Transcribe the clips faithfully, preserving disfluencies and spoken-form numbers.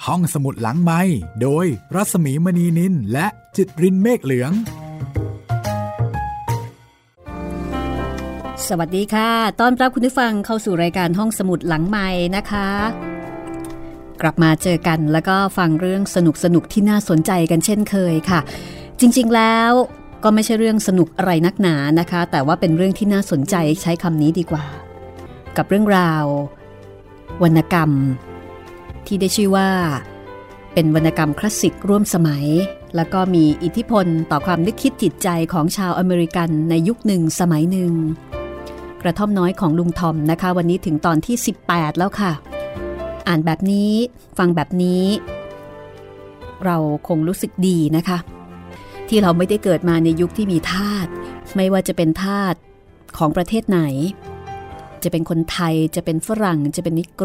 ห้องสมุดหลังไมค์โดยรัศมีมณีนินและจิตรินเมฆเหลืองสวัสดีค่ะต้อนรับคุณผู้ฟังเข้าสู่รายการห้องสมุดหลังไมค์นะคะกลับมาเจอกันแล้วก็ฟังเรื่องสนุกสนุกที่น่าสนใจกันเช่นเคยค่ะจริงๆแล้วก็ไม่ใช่เรื่องสนุกอะไรนักหนานะคะแต่ว่าเป็นเรื่องที่น่าสนใจใช้คำนี้ดีกว่ากับเรื่องราววรรณกรรมที่ได้ชื่อว่าเป็นวรรณกรรมคลาสสิกร่วมสมัยแล้วก็มีอิทธิพลต่อความนึกคิดจิตใจของชาวอเมริกันในยุคหนึ่งสมัยหนึ่งกระท่อมน้อยของลุงทอมนะคะวันนี้ถึงตอนที่สิบแปดแล้วค่ะอ่านแบบนี้ฟังแบบนี้เราคงรู้สึกดีนะคะที่เราไม่ได้เกิดมาในยุคที่มีทาสไม่ว่าจะเป็นทาสของประเทศไหนจะเป็นคนไทยจะเป็นฝรั่งจะเป็นนิโกร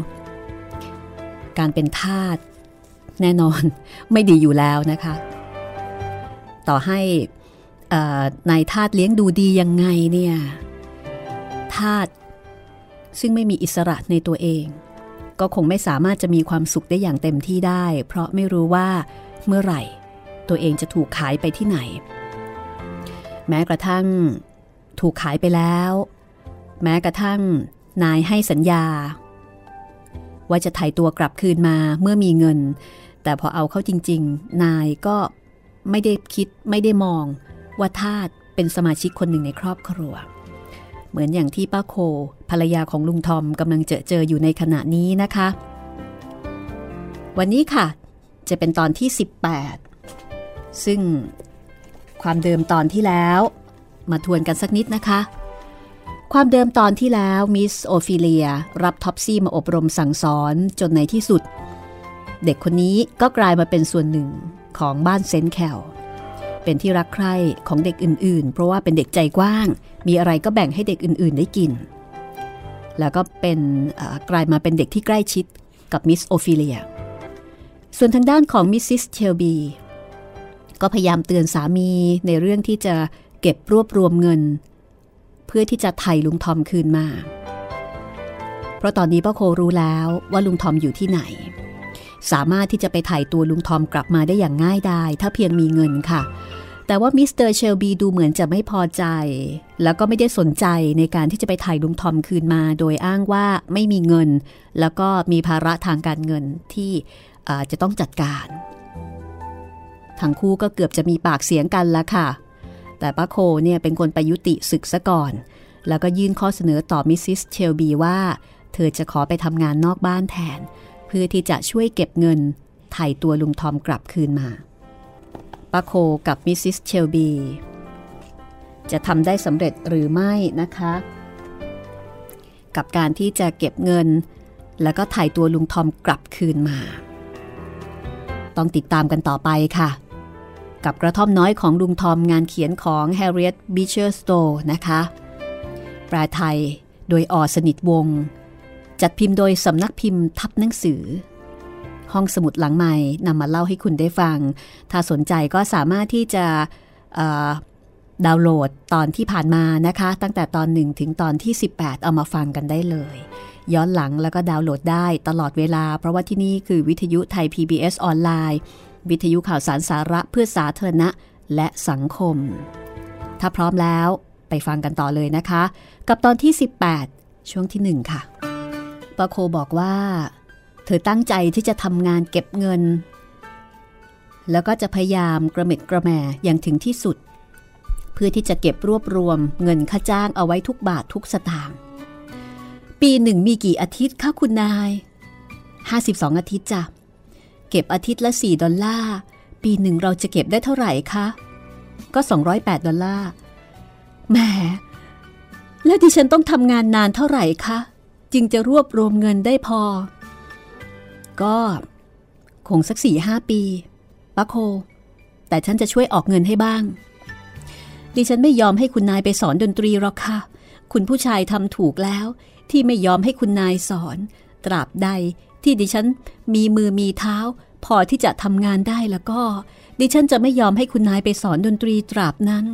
การเป็นทาสแน่นอนไม่ดีอยู่แล้วนะคะต่อให้นายทาสเลี้ยงดูดียังไงเนี่ยทาสซึ่งไม่มีอิสระในตัวเองก็คงไม่สามารถจะมีความสุขได้อย่างเต็มที่ได้เพราะไม่รู้ว่าเมื่อไหร่ตัวเองจะถูกขายไปที่ไหนแม้กระทั่งถูกขายไปแล้วแม้กระทั่งนายให้สัญญาว่าจะไถ่ตัวกลับคืนมาเมื่อมีเงินแต่พอเอาเข้าจริงๆนายก็ไม่ได้คิดไม่ได้มองว่าทาสเป็นสมาชิกคนหนึ่งในครอบครัวเหมือนอย่างที่ป้าโคภรรยาของลุงทอมกำลังเจอเจออยู่ในขณะนี้นะคะวันนี้ค่ะจะเป็นตอนที่สิบแปดซึ่งความเดิมตอนที่แล้วมาทวนกันสักนิดนะคะความเดิมตอนที่แล้วมิสโอฟิเลียรับท็อปซี่มาอบรมสั่งสอนจนในที่สุดเด็กคนนี้ก็กลายมาเป็นส่วนหนึ่งของบ้านเซนต์แคลเป็นที่รักใคร่ของเด็กอื่นๆเพราะว่าเป็นเด็กใจกว้างมีอะไรก็แบ่งให้เด็กอื่นๆได้กินแล้วก็เป็นกลายมาเป็นเด็กที่ใกล้ชิดกับมิสโอฟิเลียส่วนทางด้านของมิสซิสเชลบีก็พยายามเตือนสามีในเรื่องที่จะเก็บรวบรวมเงินเพื่อที่จะไถ่ลุงทอมคืนมาเพราะตอนนี้ป้าโครู้แล้วว่าลุงทอมอยู่ที่ไหนสามารถที่จะไปไถ่ตัวลุงทอมกลับมาได้อย่างง่ายดายถ้าเพียงมีเงินค่ะแต่ว่ามิสเตอร์เชลบีดูเหมือนจะไม่พอใจแล้วก็ไม่ได้สนใจในการที่จะไปไถ่ลุงทอมคืนมาโดยอ้างว่าไม่มีเงินแล้วก็มีภาระทางการเงินที่จะต้องจัดการทั้งคู่ก็เกือบจะมีปากเสียงกันแล้วค่ะแต่ป้าโคเนี่ยเป็นคนไปยุติศึกซะก่อนแล้วก็ยื่นข้อเสนอต่อมิสซิสเชลบีว่าเธอจะขอไปทำงานนอกบ้านแทนเพื่อที่จะช่วยเก็บเงินไถ่ตัวลุงทอมกลับคืนมาป้าโคกับมิสซิสเชลบีจะทำได้สำเร็จหรือไม่นะคะกับการที่จะเก็บเงินแล้วก็ไถ่ตัวลุงทอมกลับคืนมาต้องติดตามกันต่อไปค่ะกับกระท่อมน้อยของลุงทอมงานเขียนของ Harriet Beecher Stowe นะคะแปลไทยโดยอ.สนิทวงศ์จัดพิมพ์โดยสำนักพิมพ์ทับหนังสือห้องสมุดหลังใหม่นำมาเล่าให้คุณได้ฟังถ้าสนใจก็สามารถที่จะดาวน์โหลดตอนที่ผ่านมานะคะตั้งแต่ตอนหนึ่งถึงตอนที่สิบแปดเอามาฟังกันได้เลยย้อนหลังแล้วก็ดาวน์โหลดได้ตลอดเวลาเพราะว่าที่นี่คือวิทยุไทย พี บี เอส ออนไลน์วิทยุข่าวสารสาระเพื่อสาธารณะและสังคมถ้าพร้อมแล้วไปฟังกันต่อเลยนะคะกับตอนที่สิบแปดช่วงที่หนึ่งค่ะป้าโคบอกว่าเธอตั้งใจที่จะทำงานเก็บเงินแล้วก็จะพยายามกระเม็ดกระแหม่อย่างถึงที่สุดเพื่อที่จะเก็บรวบรวมเงินค่าจ้างเอาไว้ทุกบาททุกสตางค์ปีหนึ่งมีกี่อาทิตย์คะคุณนายห้าสิบสองอาทิตย์จ้ะเก็บอาทิตย์ละสี่ดอลลาร์ปีหนึ่งเราจะเก็บได้เท่าไหร่คะก็สองร้อยแปดดอลลาร์แหมแล้วดิฉันต้องทำงานนานเท่าไหร่คะจึงจะรวบรวมเงินได้พอก็คงสัก สี่ห้า ปีป้าโคแต่ฉันจะช่วยออกเงินให้บ้างดิฉันไม่ยอมให้คุณนายไปสอนดนตรีหรอกค่ะคุณผู้ชายทำถูกแล้วที่ไม่ยอมให้คุณนายสอนตราบใดที่ดิฉันมีมือมีเท้าพอที่จะทำงานได้แล้วก็ดิฉันจะไม่ยอมให้คุณนายไปสอนดนตรีตราบนั้น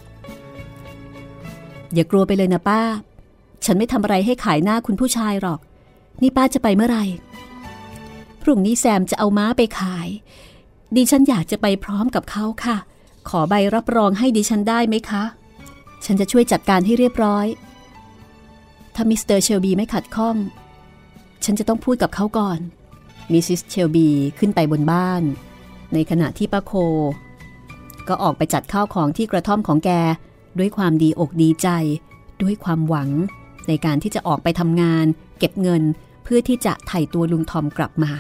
อย่ากลัวไปเลยนะป้าฉันไม่ทำอะไรให้ขายหน้าคุณผู้ชายหรอกนี่ป้าจะไปเมื่อไหร่พรุ่งนี้แซมจะเอาม้าไปขายดิฉันอยากจะไปพร้อมกับเขาค่ะขอใบรับรองให้ดิฉันได้ไหมคะฉันจะช่วยจัดการให้เรียบร้อยถ้ามิสเตอร์เชลบีไม่ขัดข้องฉันจะต้องพูดกับเขาก่อนมิสซิสเชลบีขึ้นไปบนบ้านในขณะที่ป้าโคก็ออกไปจัดข้าวของที่กระท่อมของแกด้วยความดีอกดีใจด้วยความหวังในการที่จะออกไปทำงานเก็บเงินเพื่อที่จะไถ่ตัวลุงทอมกลับมา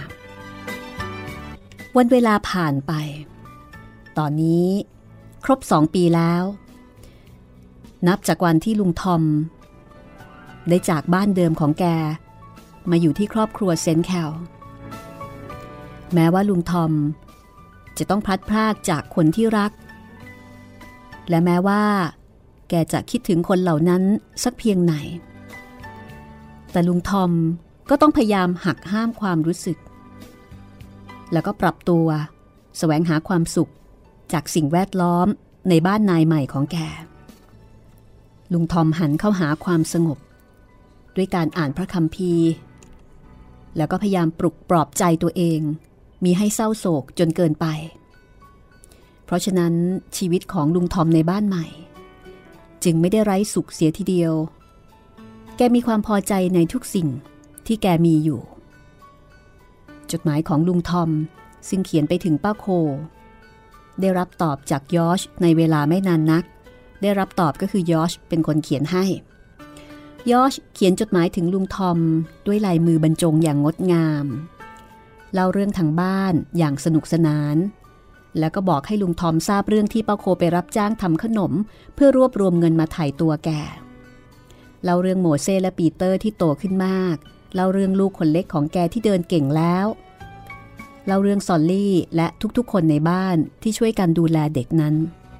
วันเวลาผ่านไปตอนนี้ครบสองปีแล้วนับจากวันที่ลุงทอมได้จากบ้านเดิมของแกมาอยู่ที่ครอบครัวเซนต์แคลแม้ว่าลุงทอมจะต้องพลัดพรากจากคนที่รักและแม้ว่าแกจะคิดถึงคนเหล่านั้นสักเพียงไหนแต่ลุงทอมก็ต้องพยายามหักห้ามความรู้สึกแล้วก็ปรับตัวแสวงหาความสุขจากสิ่งแวดล้อมในบ้านนายใหม่ของแกลุงทอมหันเข้าหาความสงบด้วยการอ่านพระคัมภีร์แล้วก็พยายามปลุกปลอบใจตัวเองมิให้เศร้าโศกจนเกินไปเพราะฉะนั้นชีวิตของลุงทอมในบ้านใหม่จึงไม่ได้ไร้สุขเสียทีเดียวแกมีความพอใจในทุกสิ่งที่แกมีอยู่จดหมายของลุงทอมซึ่งเขียนไปถึงป้าโคได้รับตอบจากยอชในเวลาไม่นานนักได้รับตอบก็คือยอชเป็นคนเขียนให้ยอชเขียนจดหมายถึงลุงทอมด้วยลายมือบรรจงอย่างงดงามเล่าเรื่องทางบ้านอย่างสนุกสนานแล้วก็บอกให้ลุงทอมทราบเรื่องที่ป้าโคไปรับจ้างทำขนมเพื่อรวบรวมเงินมาไถ่ตัวแกเล่าเรื่องโมเซ่และปีเตอร์ที่โตขึ้นมากเล่าเรื่องลูกคนเล็กของแกที่เดินเก่งแล้วเล่าเรื่องซอลลี่และทุกๆคนในบ้านที่ช่วยกันดูแลเด็กนั้น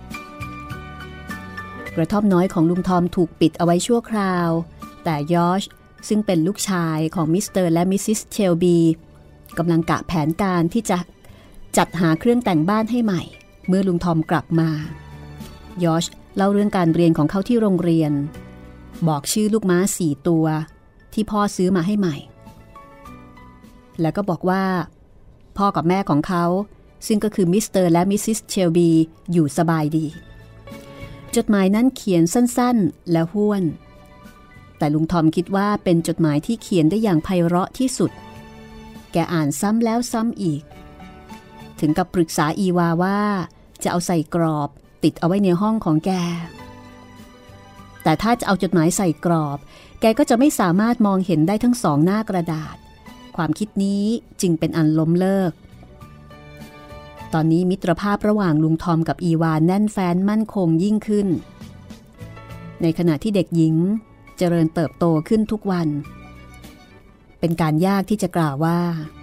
กระท่อมน้อยของลุงทอมถูกปิดเอาไว้ชั่วคราวแต่ยอชซึ่งเป็นลูกชายของมิสเตอร์และมิสซิสเชลบีกำลังกะแผนการที่จะจัดหาเครื่องแต่งบ้านให้ใหม่เมื่อลุงทอมกลับมายอชเล่าเรื่องการเรียนของเขาที่โรงเรียนบอกชื่อลูกม้าสี่ตัวที่พ่อซื้อมาให้ใหม่แล้วก็บอกว่าพ่อกับแม่ของเขาซึ่งก็คือมิสเตอร์และมิสซิสเชลบีอยู่สบายดีจดหมายนั้นเขียนสั้นๆและห้วนแต่ลุงทอมคิดว่าเป็นจดหมายที่เขียนได้อย่างไพเราะที่สุดแกอ่านซ้ำแล้วซ้ำอีกถึงกับปรึกษาอีวาว่าจะเอาใส่กรอบติดเอาไว้ในห้องของแกแต่ถ้าจะเอาจดหมายใส่กรอบแกก็จะไม่สามารถมองเห็นได้ทั้งสองหน้ากระดาษความคิดนี้จึงเป็นอันล้มเลิกตอนนี้มิตรภาพระหว่างลุงทอมกับอีวาแน่นแฟ้นมั่นคงยิ่งขึ้นในขณะที่เด็กหญิงเจริญเติบโตขึ้นทุกวันเป็นการยากที่จะกล่าวว่า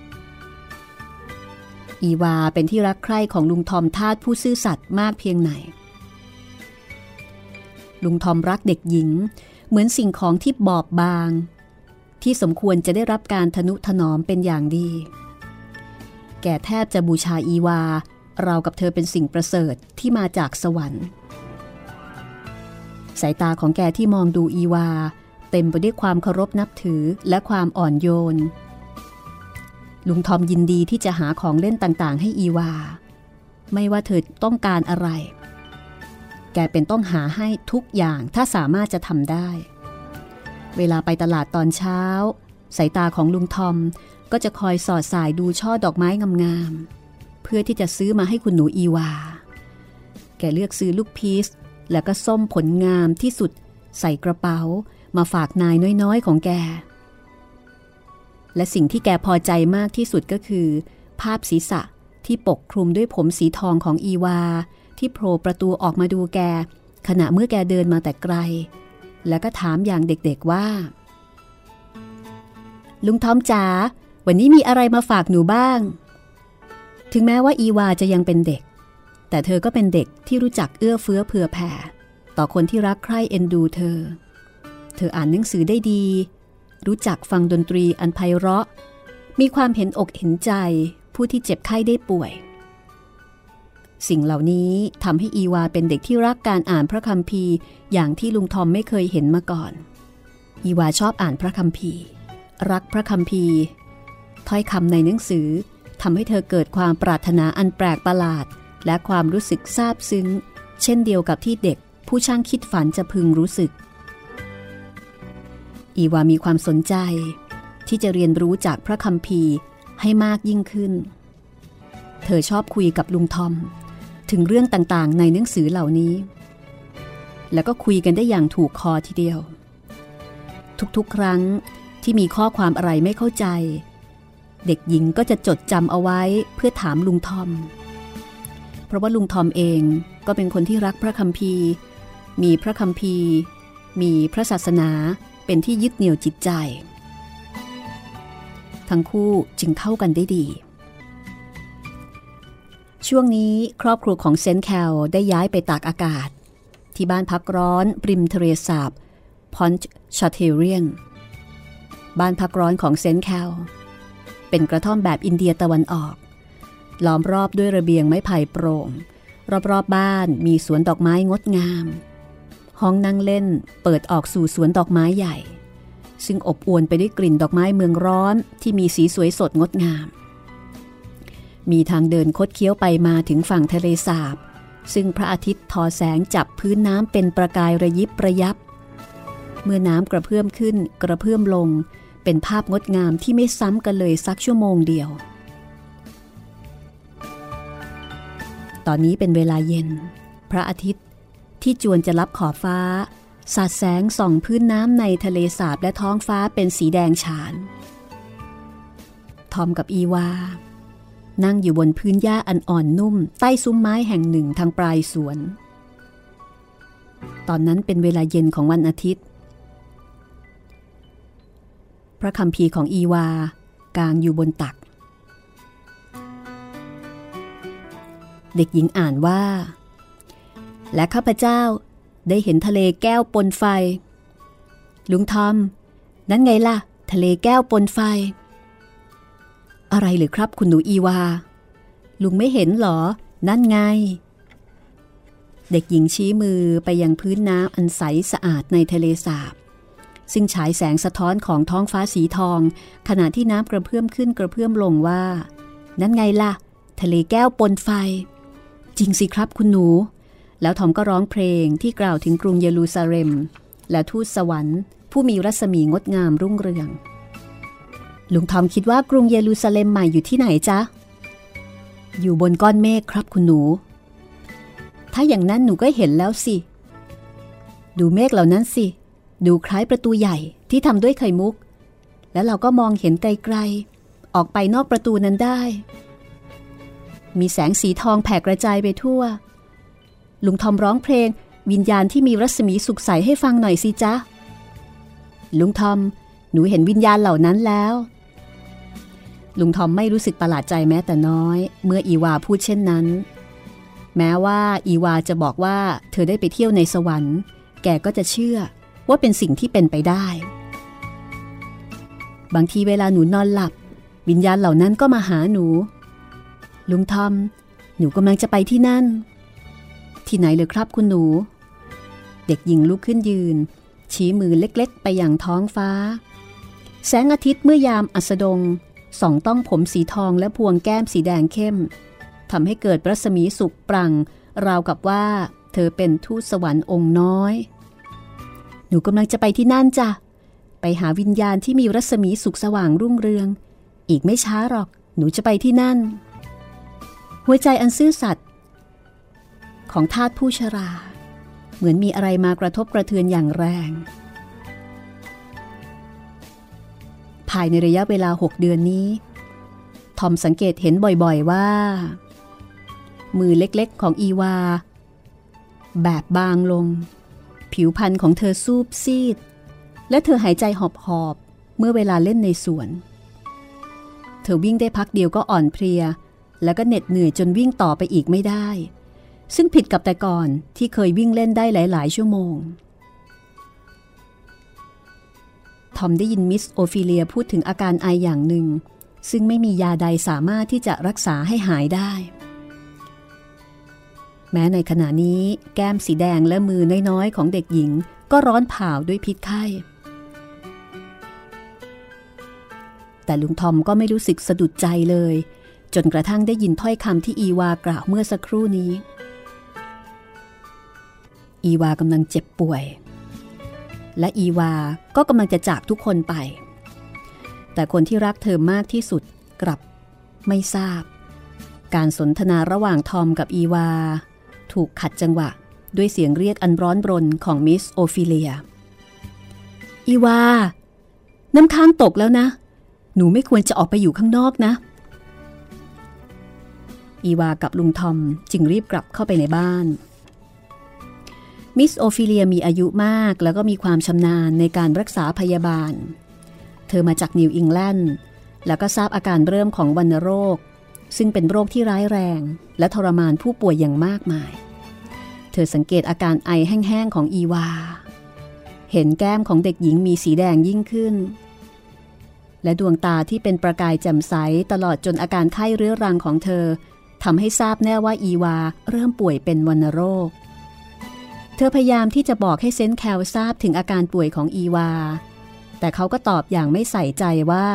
อีวาเป็นที่รักใคร่ของลุงทอมทาสผู้ซื่อสัตย์มากเพียงไหนลุงทอมรักเด็กหญิงเหมือนสิ่งของที่บอบบางที่สมควรจะได้รับการทนุถนอมเป็นอย่างดีแกแทบจะบูชาอีวาเรากับเธอเป็นสิ่งประเสริฐที่มาจากสวรรค์สายตาของแกที่มองดูอีวาเต็มไปด้วยความเคารพนับถือและความอ่อนโยนลุงทอมยินดีที่จะหาของเล่นต่างๆให้อีวาไม่ว่าเธอต้องการอะไรแกเป็นต้องหาให้ทุกอย่างถ้าสามารถจะทำได้เวลาไปตลาดตอนเช้าสายตาของลุงทอมก็จะคอยสอดสายดูช่อดอกไม้งามๆเพื่อที่จะซื้อมาให้คุณหนูอีวาแกเลือกซื้อลูกพีชแล้วก็ส้มผลงามที่สุดใส่กระเป๋ามาฝากนายน้อยๆของแกและสิ่งที่แกพอใจมากที่สุดก็คือภาพศีรษะที่ปกคลุมด้วยผมสีทองของอีวาที่โผล่ประตูออกมาดูแกขณะเมื่อแกเดินมาแต่ไกลแล้วก็ถามอย่างเด็กๆว่าลุงทอมจ๋าวันนี้มีอะไรมาฝากหนูบ้างถึงแม้ว่าอีวาจะยังเป็นเด็กแต่เธอก็เป็นเด็กที่รู้จักเอื้อเฟื้อเผื่อแผ่ต่อคนที่รักใคร่เอ็นดูเธอเธออ่านหนังสือได้ดีรู้จักฟังดนตรีอันไพเราะมีความเห็นอกเห็นใจผู้ที่เจ็บไข้ได้ป่วยสิ่งเหล่านี้ทำให้อีวาเป็นเด็กที่รักการอ่านพระคัมภีร์อย่างที่ลุงทอมไม่เคยเห็นมาก่อนอีวาชอบอ่านพระคัมภีร์รักพระคัมภีร์ถ้อยคำในหนังสือทำให้เธอเกิดความปรารถนาอันแปลกประหลาดและความรู้สึกซาบซึ้งเช่นเดียวกับที่เด็กผู้ช่างคิดฝันจะพึงรู้สึกอีวามีความสนใจที่จะเรียนรู้จากพระคัมภีร์ให้มากยิ่งขึ้นเธอชอบคุยกับลุงทอมถึงเรื่องต่างๆในหนังสือเหล่านี้แล้วก็คุยกันได้อย่างถูกคอทีเดียวทุกๆครั้งที่มีข้อความอะไรไม่เข้าใจเด็กหญิงก็จะจดจำเอาไว้เพื่อถามลุงทอมเพราะว่าลุงทอมเองก็เป็นคนที่รักพระคัมภีร์มีพระคัมภีร์มีพระศาสนาเป็นที่ยึดเหนี่ยวจิตใจทั้งคู่จึงเข้ากันได้ดีช่วงนี้ครอบครัวของเซนต์แคลได้ย้ายไปตากอากาศที่บ้านพักร้อนริมทะเลสาบพอนช์ชาเทเรียนบ้านพักร้อนของเซนต์แคลเป็นกระท่อมแบบอินเดียตะวันออกล้อมรอบด้วยระเบียงไม้ไผ่โปร่งรอบๆบ้านมีสวนดอกไม้งดงามห้องนั่งเล่นเปิดออกสู่สวนดอกไม้ใหญ่ซึ่งอบอวลไปด้วยกลิ่นดอกไม้เมืองร้อนที่มีสีสวยสดงดงามมีทางเดินคดเคี้ยวไปมาถึงฝั่งทะเลสาบซึ่งพระอาทิตย์ทอแสงจับพื้นน้ำเป็นประกายระยิบระยับเมื่อน้ำกระเพื่อมขึ้นกระเพื่อมลงเป็นภาพงดงามที่ไม่ซ้ำกันเลยสักชั่วโมงเดียวตอนนี้เป็นเวลาเย็นพระอาทิตย์ที่จวนจะลับขอบฟ้าสาดแสงส่องพื้นน้ำในทะเลสาบและท้องฟ้าเป็นสีแดงฉานทอมกับอีวานั่งอยู่บนพื้นหญ้าอันอ่อนนุ่มใต้ซุ้มไม้แห่งหนึ่งทางปลายสวนตอนนั้นเป็นเวลาเย็นของวันอาทิตย์พระคัมภีร์ของอีวากางอยู่บนตักเด็กหญิงอ่านว่าและข้าพเจ้าได้เห็นทะเลแก้วปนไฟลุงทอมนั่นไงล่ะทะเลแก้วปนไฟอะไรหรือครับคุณหนูอีวาลุงไม่เห็นหรอนั่นไงเด็กหญิงชี้มือไปยังพื้นน้ำอันใสสะอาดในทะเลสาบซึ่งฉายแสงสะท้อนของท้องฟ้าสีทองขณะที่น้ำกระเพื่อมขึ้นกระเพื่อมลงว่านั่นไงล่ะทะเลแก้วปนไฟจริงสิครับคุณหนูแล้วทอมก็ร้องเพลงที่กล่าวถึงกรุงเยรูซาเล็มและทูตสวรรค์ผู้มีรัศมีงดงามรุ่งเรืองลุงทอมคิดว่ากรุงเยรูซาเล็มใหม่อยู่ที่ไหนจ๊ะอยู่บนก้อนเมฆครับคุณหนูถ้าอย่างนั้นหนูก็เห็นแล้วสิดูเมฆเหล่านั้นสิดูคล้ายประตูใหญ่ที่ทำด้วยไข่มุกแล้วเราก็มองเห็นไกลๆออกไปนอกประตูนั้นได้มีแสงสีทองแผ่กระจายไปทั่วลุงทอมร้องเพลงวิญญาณที่มีรัศมีสุขใสให้ฟังหน่อยสิจ๊ะลุงทอมหนูเห็นวิญญาณเหล่านั้นแล้วลุงทอมไม่รู้สึกประหลาดใจแม้แต่น้อยเมื่ออีวาพูดเช่นนั้นแม้ว่าอีวาจะบอกว่าเธอได้ไปเที่ยวในสวรรค์แกก็จะเชื่อว่าเป็นสิ่งที่เป็นไปได้บางทีเวลาหนูนอนหลับวิญญาณเหล่านั้นก็มาหาหนูลุงทอมหนูกำลังจะไปที่นั่นที่ไหนเลยครับคุณหนูเด็กหญิงลุกขึ้นยืนชี้มือเล็กๆไปยังท้องฟ้าแสงอาทิตย์เมื่อยามอัสดงส่องต้องผมสีทองและพวงแก้มสีแดงเข้มทำให้เกิดรัศมีสุกปรั่งราวกับว่าเธอเป็นทูตสวรรค์องค์น้อยหนูกำลังจะไปที่นั่นจ้ะไปหาวิญญาณที่มีรัศมีสุกสว่างรุ่งเรืองอีกไม่ช้าหรอกหนูจะไปที่นั่นหัวใจอันซื่อสัตย์ของทาสผู้ชราเหมือนมีอะไรมากระทบกระเทือนอย่างแรงภายในระยะเวลาหกเดือนนี้ทอมสังเกตเห็นบ่อยๆว่ามือเล็กๆของอีวาแบบบางลงผิวพรรณของเธอซูบซีดและเธอหายใจหอบๆเมื่อเวลาเล่นในสวนเธอวิ่งได้พักเดียวก็อ่อนเพลียแล้วก็เหน็ดเหนื่อยจนวิ่งต่อไปอีกไม่ได้ซึ่งผิดกับแต่ก่อนที่เคยวิ่งเล่นได้หลายๆชั่วโมงทอมได้ยินมิสโอฟิเลียพูดถึงอาการไออย่างหนึ่งซึ่งไม่มียาใดสามารถที่จะรักษาให้หายได้แม้ในขณะนี้แก้มสีแดงและมือน้อยๆของเด็กหญิงก็ร้อนเผาด้วยพิษไข้แต่ลุงทอมก็ไม่รู้สึกสะดุดใจเลยจนกระทั่งได้ยินถ้อยคำที่อีวากล่าวเมื่อสักครู่นี้อีวากำลังเจ็บป่วยและอีวาก็กำลังจะจากทุกคนไปแต่คนที่รักเธอมากที่สุดกลับไม่ทราบการสนทนาระหว่างทอมกับอีวาถูกขัดจังหวะด้วยเสียงเรียกอันร้อนรนของมิสโอฟิเลียอีวาน้ำค้างตกแล้วนะหนูไม่ควรจะออกไปอยู่ข้างนอกนะอีวากับลุงทอมจึงรีบกลับเข้าไปในบ้านมิสโอฟิเลียมีอายุมากแล้วก็มีความชำนาญในการรักษาพยาบาลเธอมาจากนิวอิงแลนด์แล้วก็ทราบอาการเริ่มของวัณโรคซึ่งเป็นโรคที่ร้ายแรงและทรมานผู้ป่วยอย่างมากมายเธอสังเกตอาการไอแห้งๆของอีวาเห็นแก้มของเด็กหญิงมีสีแดงยิ่งขึ้นและดวงตาที่เป็นประกายแจ่มใสตลอดจนอาการไข้เรื้อรังของเธอทำให้ทราบแน่ว่าอีวาเริ่มป่วยเป็นวัณโรคเธอพยายามที่จะบอกให้เซนต์แคลทราบถึงอาการป่วยของอีวาแต่เขาก็ตอบอย่างไม่ใส่ใจว่า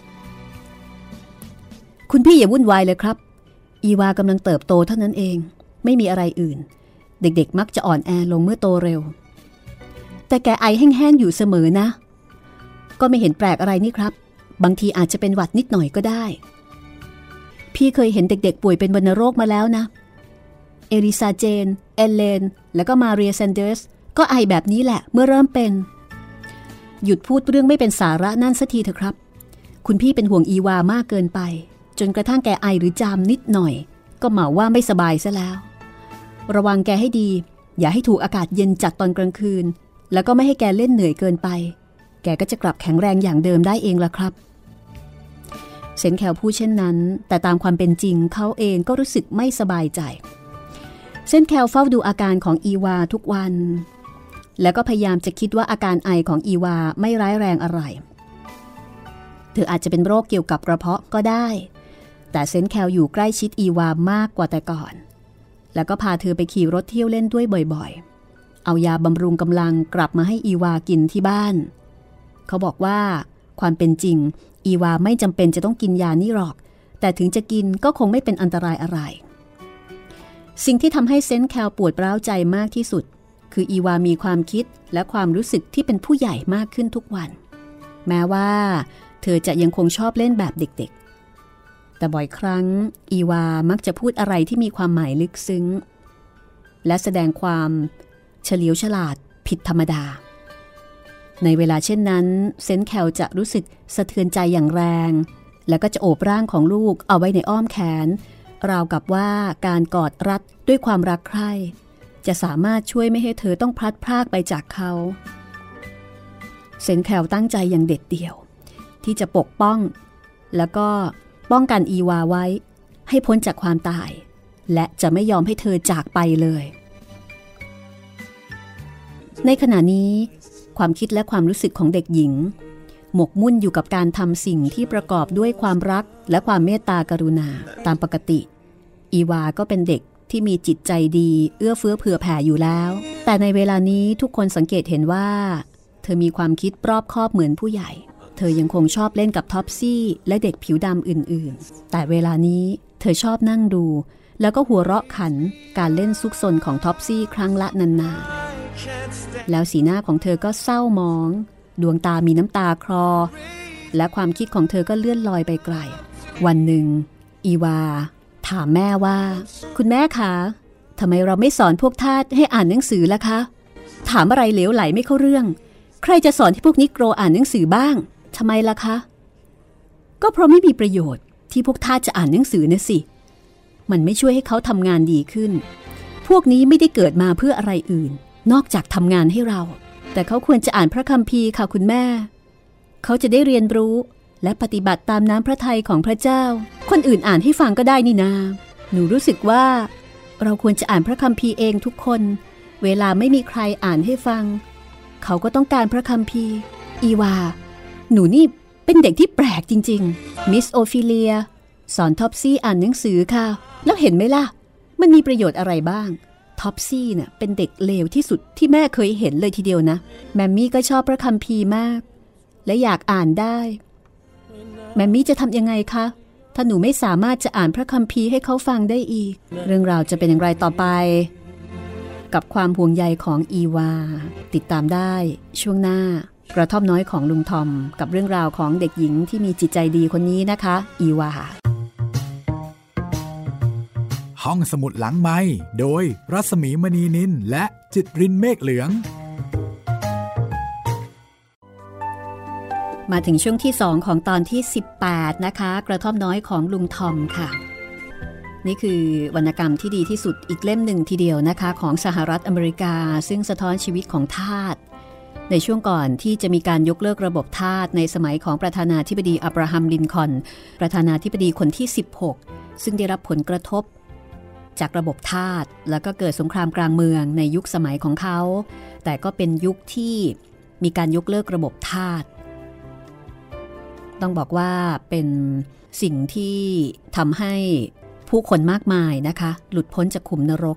คุณพี่อย่าวุ่นวายเลยครับอีวากำลังเติบโตเท่านั้นเองไม่มีอะไรอื่นเด็กๆมักจะอ่อนแอลงเมื่อโตเร็วแต่แกไอแห้งๆอยู่เสมอนะก็ไม่เห็นแปลกอะไรนี่ครับบางทีอาจจะเป็นหวัดนิดหน่อยก็ได้พี่เคยเห็นเด็กๆป่วยเป็นวัณโรคมาแล้วนะเอลิซาเจนเอเลนแล้วก็มาเรียแซนเดอร์สก็ไอแบบนี้แหละเมื่อเริ่มเป็นหยุดพูดเรื่องไม่เป็นสาระนั่นสักทีเถอะครับคุณพี่เป็นห่วงอีวามากเกินไปจนกระทั่งแกไอหรือจามนิดหน่อยก็เหมาว่าไม่สบายซะแล้วระวังแกให้ดีอย่าให้ถูกอากาศเย็นจัดตอนกลางคืนแล้วก็ไม่ให้แกเล่นเหนื่อยเกินไปแกก็จะกลับแข็งแรงอย่างเดิมได้เองล่ะครับเซนแคลพูดเช่นนั้นแต่ตามความเป็นจริงเขาเองก็รู้สึกไม่สบายใจเซนแคลเฝ้าดูอาการของอีวาทุกวันแล้วก็พยายามจะคิดว่าอาการไอของอีวาไม่ร้ายแรงอะไรเธออาจจะเป็นโรคเกี่ยวกับกระเพาะก็ได้แต่เซนแคลอยู่ใกล้ชิดอีวามากกว่าแต่ก่อนแล้วก็พาเธอไปขี่รถเที่ยวเล่นด้วยบ่อยๆเอายาบำรุงกำลังกลับมาให้อีวากินที่บ้านเขาบอกว่าความเป็นจริงอีวาไม่จำเป็นจะต้องกินยานี่หรอกแต่ถึงจะกินก็คงไม่เป็นอันตรายอะไรสิ่งที่ทำให้เซนต์แคลปวดร้าวใจมากที่สุดคืออีวามีความคิดและความรู้สึกที่เป็นผู้ใหญ่มากขึ้นทุกวันแม้ว่าเธอจะยังคงชอบเล่นแบบเด็กๆแต่บ่อยครั้งอีวามักจะพูดอะไรที่มีความหมายลึกซึ้งและแสดงความเฉลียวฉลาดผิดธรรมดาในเวลาเช่นนั้นเซนต์แคลจะรู้สึกสะเทือนใจอย่างแรงแล้วก็จะโอบร่างของลูกเอาไว้ในอ้อมแขนราวกับว่าการกอดรัดด้วยความรักใคร่จะสามารถช่วยไม่ให้เธอต้องพลัดพรากไปจากเขาเซนต์แคลตั้งใจอย่างเด็ดเดี่ยวที่จะปกป้องแล้วก็ป้องกันอีวาไว้ให้พ้นจากความตายและจะไม่ยอมให้เธอจากไปเลยในขณะนี้ความคิดและความรู้สึกของเด็กหญิงหมกมุ่นอยู่กับการทำสิ่งที่ประกอบด้วยความรักและความเมตตากรุณาตามปกติอีวาก็เป็นเด็กที่มีจิตใจดีเอื้อเฟื้อเผื่อแผ่อยู่แล้วแต่ในเวลานี้ทุกคนสังเกตเห็นว่าเธอมีความคิดรอบคอบเหมือนผู้ใหญ่เธอยังคงชอบเล่นกับท็อปซี่และเด็กผิวดำอื่นๆแต่เวลานี้เธอชอบนั่งดูแล้วก็หัวเราะขันการเล่นซุกซนของท็อปซี่ครั้งละนานๆแล้วสีหน้าของเธอก็เศร้าหมองดวงตามีน้ำตาคลอและความคิดของเธอก็เลื่อนลอยไปไกลวันหนึ่งอีวาถามแม่ว่าคุณแม่คะทำไมเราไม่สอนพวกทาสให้อ่านหนังสือล่ะคะถามอะไรเหลวไหลไม่เข้าเรื่องใครจะสอนให้พวกนิโกรอ่านหนังสือบ้างทำไมล่ะคะก็เพราะไม่มีประโยชน์ที่พวกทาสจะอ่านหนังสือนะสิมันไม่ช่วยให้เขาทำงานดีขึ้นพวกนี้ไม่ได้เกิดมาเพื่ออะไรอื่นนอกจากทำงานให้เราแต่เขาควรจะอ่านพระคัมภีร์ค่ะคุณแม่เขาจะได้เรียนรู้และปฏิบัติตามน้ำพระทัยของพระเจ้าคนอื่นอ่านให้ฟังก็ได้นี่นาหนูรู้สึกว่าเราควรจะอ่านพระคัมภีร์เองทุกคนเวลาไม่มีใครอ่านให้ฟังเขาก็ต้องการพระคัมภีร์อีวาหนูนี่เป็นเด็กที่แปลกจริงๆมิสโอฟิเลียสอนท็อปซี่อ่านหนังสือค่ะแล้วเห็นไหมล่ะมันมีประโยชน์อะไรบ้างท็อปซี่เนี่ยเป็นเด็กเลวที่สุดที่แม่เคยเห็นเลยทีเดียวนะแมมมี่ก็ชอบพระคัมภีร์มากและอยากอ่านได้แมมมี่จะทำยังไงคะถ้าหนูไม่สามารถจะอ่านพระคัมภีร์ให้เขาฟังได้อีกเรื่องราวจะเป็นอย่างไรต่อไปกับความห่วงใยของอีวาติดตามได้ช่วงหน้ากระท่อมน้อยของลุงทอมกับเรื่องราวของเด็กหญิงที่มีจิตใจดีคนนี้นะคะอีวาห้องสมุดหลังไมค์โดยรัศมีมณีนินและจิตรินเมฆเหลืองมาถึงช่วงที่สองของตอนที่สิบแปดนะคะกระท่อมน้อยของลุงทอมค่ะนี่คือวรรณกรรมที่ดีที่สุดอีกเล่มหนึ่งทีเดียวนะคะของสหรัฐอเมริกาซึ่งสะท้อนชีวิตของทาสในช่วงก่อนที่จะมีการยกเลิกระบบทาสในสมัยของประธานาธิบดีอับราฮัมลินคอล์นประธานาธิบดีคนที่สิบหกซึ่งได้รับผลกระทบจากระบบทาสแล้วก็เกิดสงครามกลางเมืองในยุคสมัยของเขาแต่ก็เป็นยุคที่มีการยกเลิกระบบทาสต้องบอกว่าเป็นสิ่งที่ทำให้ผู้คนมากมายนะคะหลุดพ้นจากขุมนรก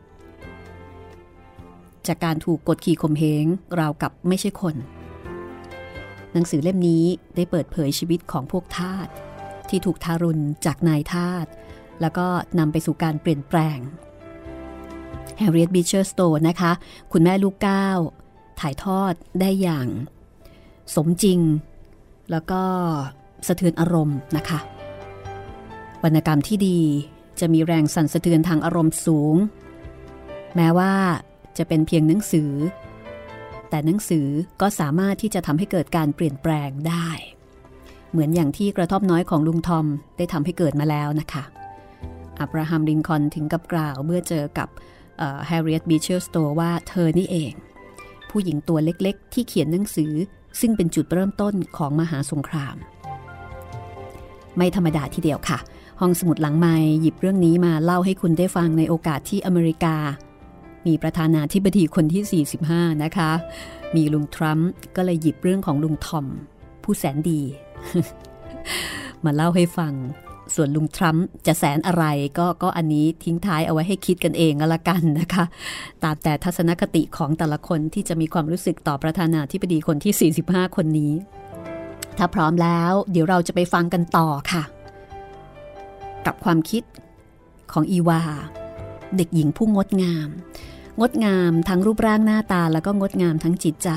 จากการถูกกดขี่ข่มเหงราวกับไม่ใช่คนหนังสือเล่มนี้ได้เปิดเผยชีวิตของพวกทาสที่ถูกทารุณจากนายทาสแล้วก็นำไปสู่การเปลี่ยนแปลง Harriet Beecher Stowe นะคะคุณแม่ลูกเก้าถ่ายทอดได้อย่างสมจริงแล้วก็สะเทือนอารมณ์นะคะวรรณกรรมที่ดีจะมีแรงสั่นสะเทือนทางอารมณ์สูงแม้ว่าจะเป็นเพียงหนังสือแต่หนังสือก็สามารถที่จะทำให้เกิดการเปลี่ยนแปลงได้เหมือนอย่างที่กระท่อมน้อยของลุงทอมได้ทำให้เกิดมาแล้วนะคะอับราฮัมลินคอล์นถึงกับกล่าวเมื่อเจอกับแฮร์ริเอต บีเชอร์ สโตว์ว่าเธอนี่เองผู้หญิงตัวเล็กๆที่เขียนหนังสือซึ่งเป็นจุดเริ่มต้นของมหาสงครามไม่ธรรมดาทีเดียวค่ะห้องสมุดหลังไมค์หยิบเรื่องนี้มาเล่าให้คุณได้ฟังในโอกาสที่อเมริกามีประธานาธิบดีคนที่สี่สิบห้านะคะมีลุงทรัมป์ก็เลยหยิบเรื่องของลุงทอมผู้แสนดี มาเล่าให้ฟังส่วนลุงทรัมป์จะแสนอะไรก็ก็อันนี้ทิ้งท้ายเอาไว้ให้คิดกันเองก็แล้วกันนะคะตามแต่ทัศนคติของแต่ละคนที่จะมีความรู้สึกต่อประธานาธิบดีคนที่สี่สิบห้าคนนี้ถ้าพร้อมแล้วเดี๋ยวเราจะไปฟังกันต่อค่ะกับความคิดของอีวาเด็กหญิงผู้งดงามงดงามทั้งรูปร่างหน้าตาแล้วก็งดงามทั้งจิตใจ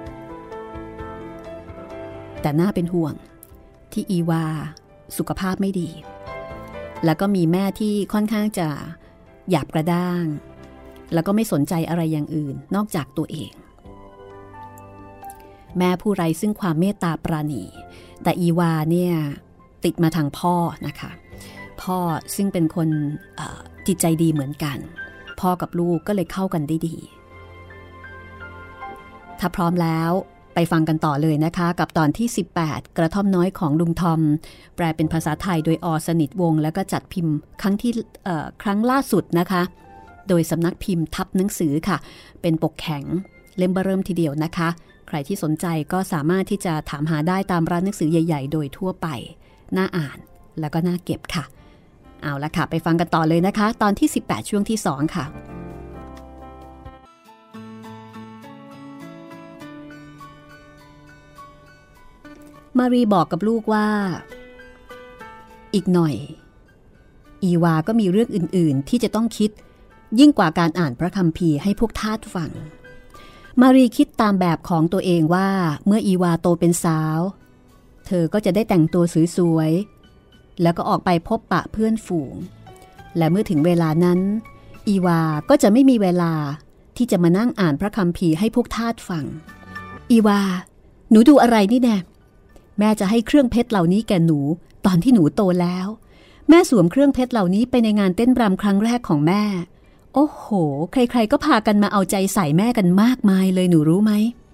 แต่น่าเป็นห่วงที่อีวาสุขภาพไม่ดีแล้วก็มีแม่ที่ค่อนข้างจะหยาบกระด้างแล้วก็ไม่สนใจอะไรอย่างอื่นนอกจากตัวเองแม่ผู้ไร้ซึ่งความเมตตาปราณีแต่อีวาเนี่ยติดมาทางพ่อนะคะพ่อซึ่งเป็นคนจิตใจดีเหมือนกันพ่อกับลูกก็เลยเข้ากันได้ดีถ้าพร้อมแล้วไปฟังกันต่อเลยนะคะกับตอนที่สิบแปดกระท่อมน้อยของลุงทอมแปลเป็นภาษาไทยโดยอ.สนิทวงศ์แล้วก็จัดพิมพ์ครั้งที่ครั้งล่าสุดนะคะโดยสำนักพิมพ์ทับหนังสือค่ะเป็นปกแข็งเล่มเบ้อเริ่มทีเดียวนะคะใครที่สนใจก็สามารถที่จะถามหาได้ตามร้านหนังสือใหญ่ๆโดยทั่วไปน่าอ่านแล้วก็น่าเก็บค่ะเอาละค่ะไปฟังกันต่อเลยนะคะตอนที่สิบแปดช่วงที่สองค่ะมารีบอกกับลูกว่าอีกหน่อยอีวาก็มีเรื่องอื่นๆที่จะต้องคิดยิ่งกว่าการอ่านพระคัมภีร์ให้พวกทาสฟังมารีคิดตามแบบของตัวเองว่าเมื่ออีวาโตเป็นสาวเธอก็จะได้แต่งตัวสวยๆแล้วก็ออกไปพบปะเพื่อนฝูงและเมื่อถึงเวลานั้นอีวาก็จะไม่มีเวลาที่จะมานั่งอ่านพระคัมภีร์ให้พวกทาสฟังอีวาหนูดูอะไรนี่แน่แม่จะให้เครื่องเพชรเหล่านี้แก่หนูตอนที่หนูโตแล้วแม่สวมเครื่องเพชรเหล่านี้ไปในงานเต้นรำครั้งแรกของแม่โอ้โหใครๆก็พากันมาเอาใจใส่แม่กันมากมายเลยหนูรู้ไหม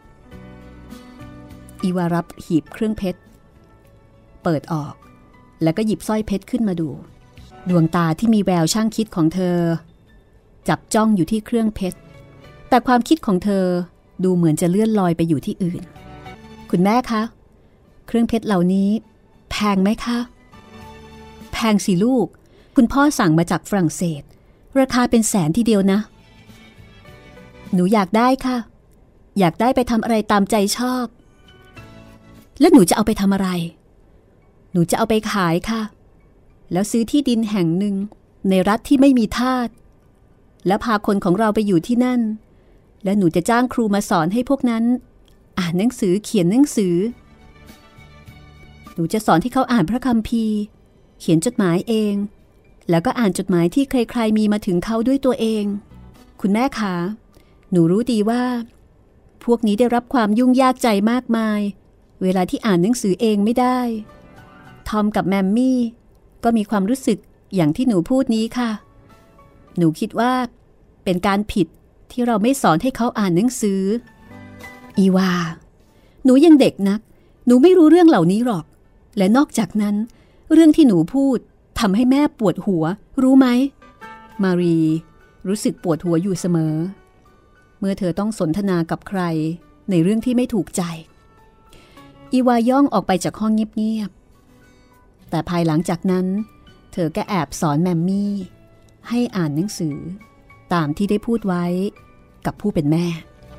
อีวารับหีบเครื่องเพชรเปิดออกแล้วก็หยิบสร้อยเพชรขึ้นมาดูดวงตาที่มีแววช่างคิดของเธอจับจ้องอยู่ที่เครื่องเพชรแต่ความคิดของเธอดูเหมือนจะเลื่อนลอยไปอยู่ที่อื่นคุณแม่คะเครื่องเพชรเหล่านี้แพงไหมคะแพงสิลูกคุณพ่อสั่งมาจากฝรั่งเศสราคาเป็นแสนทีเดียวนะหนูอยากได้ค่ะอยากได้ไปทำอะไรตามใจชอบแล้วหนูจะเอาไปทำอะไรหนูจะเอาไปขายค่ะแล้วซื้อที่ดินแห่งหนึ่งในรัฐที่ไม่มีทาสแล้วพาคนของเราไปอยู่ที่นั่นและหนูจะจ้างครูมาสอนให้พวกนั้นอ่านหนังสือเขียนหนังสือหนูจะสอนที่เขาอ่านพระคัมภีร์เขียนจดหมายเองแล้วก็อ่านจดหมายที่ใครๆมีมาถึงเขาด้วยตัวเองคุณแม่คะหนูรู้ดีว่าพวกนี้ได้รับความยุ่งยากใจมากมายเวลาที่อ่านหนังสือเองไม่ได้ทอมกับแมมมี่ก็มีความรู้สึกอย่างที่หนูพูดนี้ค่ะหนูคิดว่าเป็นการผิดที่เราไม่สอนให้เขาอ่านหนังสืออีวาหนูยังเด็กนักหนูไม่รู้เรื่องเหล่านี้หรอกและนอกจากนั้นเรื่องที่หนูพูดทำให้แม่ปวดหัวรู้ไหมมารีรู้สึกปวดหัวอยู่เสมอเมื่อเธอต้องสนทนากับใครในเรื่องที่ไม่ถูกใจอีวาย่องออกไปจากห้องเงียบๆแต่ภายหลังจากนั้นเธอก็แอบสอนแมมมี่ให้อ่านหนังสือตามที่ได้พูดไว้กับผู้เป็นแม่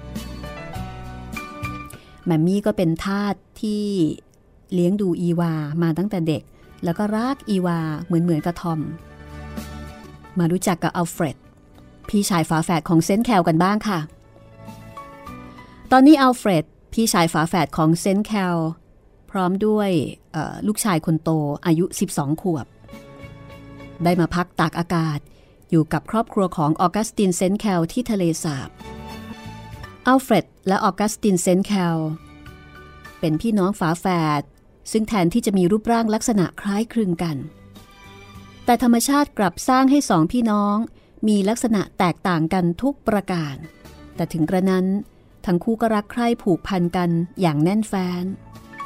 แมมมี่ก็เป็นทาสที่เลี้ยงดูอีวามาตั้งแต่เด็กแล้วก็รักอีวาเหมือนเหมือนกับทอมมารู้จักกับอัลเฟรดพี่ชายฝาแฝดของเซนต์แคลกันบ้างค่ะตอนนี้อัลเฟรดพี่ชายฝาแฝดของเซนต์แคลพร้อมด้วยลูกชายคนโตอายุสิบสองขวบได้มาพักตากอากาศอยู่กับครอบครัวของออกัสตินเซนต์แคลที่ทะเลสาบอัลเฟรดและออกัสตินเซนต์แคลเป็นพี่น้องฝาแฝดซึ่งแทนที่จะมีรูปร่างลักษณะคล้ายคลึงกันแต่ธรรมชาติกลับสร้างให้สองพี่น้องมีลักษณะแตกต่างกันทุกประการแต่ถึงกระนั้นทั้งคู่ก็รักใคร่ผูกพันกันอย่างแน่นแฟ้น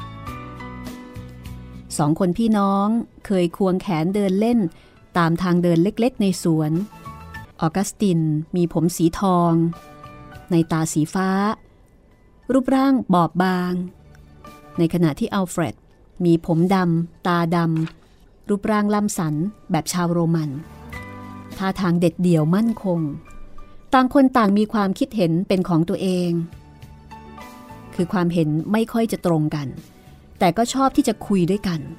สองคนพี่น้องเคยควงแขนเดินเล่นตามทางเดินเล็กๆในสวนออกัสตินมีผมสีทองในตาสีฟ้ารูปร่างบอบบางในขณะที่อัลเฟรดมีผมดำตาดำรูปร่างล่ำสันแบบชาวโรมันท่าทางเด็ดเดี่ยวมั่นคงต่างคนต่างมีความคิดเห็นเป็นของตัวเองคือความเห็นไม่ค่อยจะตรงกันแต่ก็ชอบที่จะคุยด้วยกัน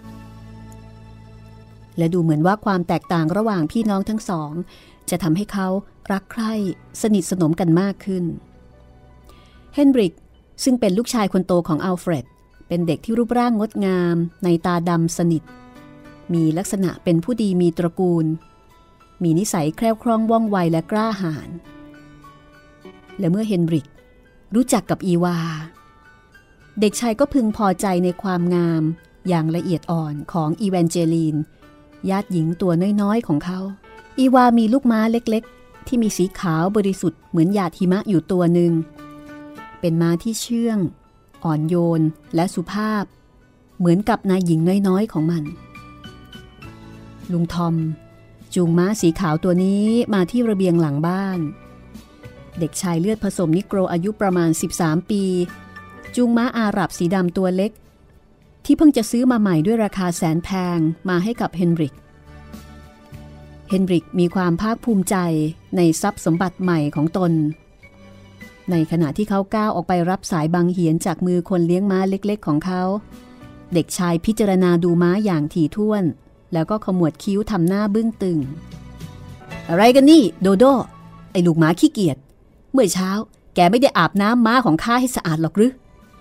และดูเหมือนว่าความแตกต่างระหว่างพี่น้องทั้งสองจะทำให้เขารักใคร่สนิทสนมกันมากขึ้นเฮนริกซึ่งเป็นลูกชายคนโตของอัลเฟรดเป็นเด็กที่รูปร่างงดงามในตาดำสนิทมีลักษณะเป็นผู้ดีมีตระกูลมีนิสัยแคล่วคล่องว่องไวและกล้าหาญและเมื่อเฮนริกรู้จักกับอีวาเด็กชายก็พึงพอใจในความงามอย่างละเอียดอ่อนของอีแวนเจลีนญาติหญิงตัวน้อยๆของเขาอีวามีลูกม้าเล็กๆที่มีสีขาวบริสุทธิ์เหมือนหยาดหิมะอยู่ตัวหนึ่งเป็นม้าที่เชื่องอ่อนโยนและสุภาพเหมือนกับนายหญิงน้อยๆของมันลุงทอมจูงม้าสีขาวตัวนี้มาที่ระเบียงหลังบ้านเด็กชายเลือดผสมนิโกรอายุประมาณสิบสามปีจูงม้าอาหรับสีดำตัวเล็กที่เพิ่งจะซื้อมาใหม่ด้วยราคาแสนแพงมาให้กับเฮนริกเฮนริกมีความภาคภูมิใจในทรัพย์สมบัติใหม่ของตนในขณะที่เขาก้าวออกไปรับสายบังเหียนจากมือคนเลี้ยงม้าเล็กๆของเขาเด็กชายพิจารณาดูม้าอย่างถี่ถ้วนแล้วก็ขมวดคิ้วทำหน้าบึ้งตึงอะไรกันนี่โดโดไอ้ลูกหมาขี้เกียจเมื่อเช้าแกไม่ได้อาบน้ำม้าของข้าให้สะอาดหรอกหรือ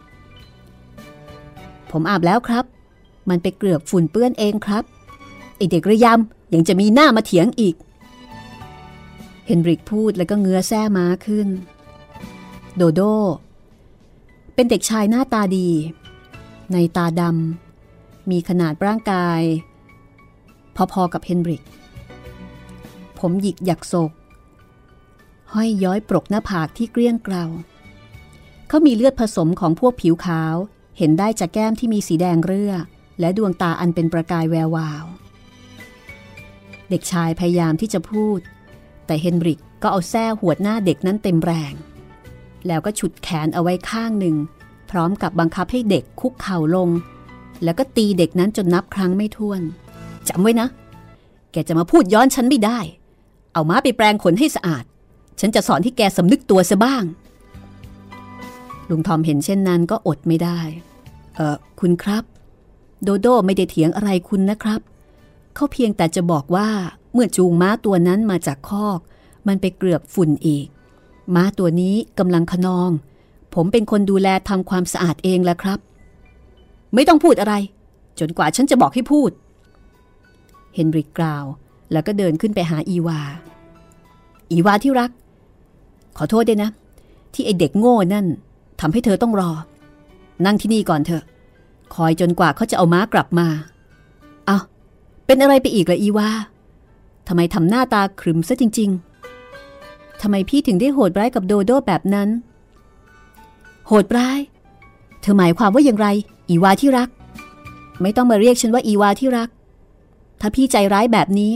ผมอาบแล้วครับมันไปเกลือบฝุ่นเปื้อนเองครับไอเด็กระยำยังจะมีหน้ามาเถียงอีกเฮนริกพูดแล้วก็เงื้อแส้ม้าขึ้นโดโดเป็นเด็กชายหน้าตาดีในตาดำมีขนาดร่างกายพอๆกับเฮนริกผมหยิกหยักโศกห้อยย้อยปรกหน้าผากที่เกลี้ยงเกลาเขามีเลือดผสมของพวกผิวขาวเห็นได้จากแก้มที่มีสีแดงเรื่อและดวงตาอันเป็นประกายแวววาวเด็กชายพยายามที่จะพูดแต่เฮนริกก็เอาแส้หวดหน้าเด็กนั้นเต็มแรงแล้วก็ฉุดแขนเอาไว้ข้างหนึ่งพร้อมกับบังคับให้เด็กคุกเข่าลงแล้วก็ตีเด็กนั้นจนนับครั้งไม่ถ้วนจำไว้นะแกจะมาพูดย้อนฉันไม่ได้เอาม้าไปแปรงขนให้สะอาดฉันจะสอนให้แกสำนึกตัวซะบ้างลุงทอมเห็นเช่นนั้นก็อดไม่ได้เออคุณครับโดโดไม่ได้เถียงอะไรคุณนะครับเขาเพียงแต่จะบอกว่าเมื่อจูงม้าตัวนั้นมาจากคอกมันไปเกลือกฝุ่นอีกม้าตัวนี้กำลังขนองผมเป็นคนดูแลทำความสะอาดเองแหละครับไม่ต้องพูดอะไรจนกว่าฉันจะบอกให้พูดเฮนริกกล่าวแล้วก็เดินขึ้นไปหาอีวาอีวาที่รักขอโทษด้วยนะที่ไอเด็กโง่นั่นทำให้เธอต้องรอนั่งที่นี่ก่อนเถอะคอยจนกว่าเขาจะเอาม้ากลับมาเอาเป็นอะไรไปอีกล่ะอีวาทำไมทำหน้าตาขรึมซะจริงๆทำไมพี่ถึงได้โหดร้ายกับโดโดแบบนั้นโหดร้ายเธอหมายความว่าอย่างไรอีวาที่รักไม่ต้องมาเรียกฉันว่าอีวาที่รักถ้าพี่ใจร้ายแบบนี้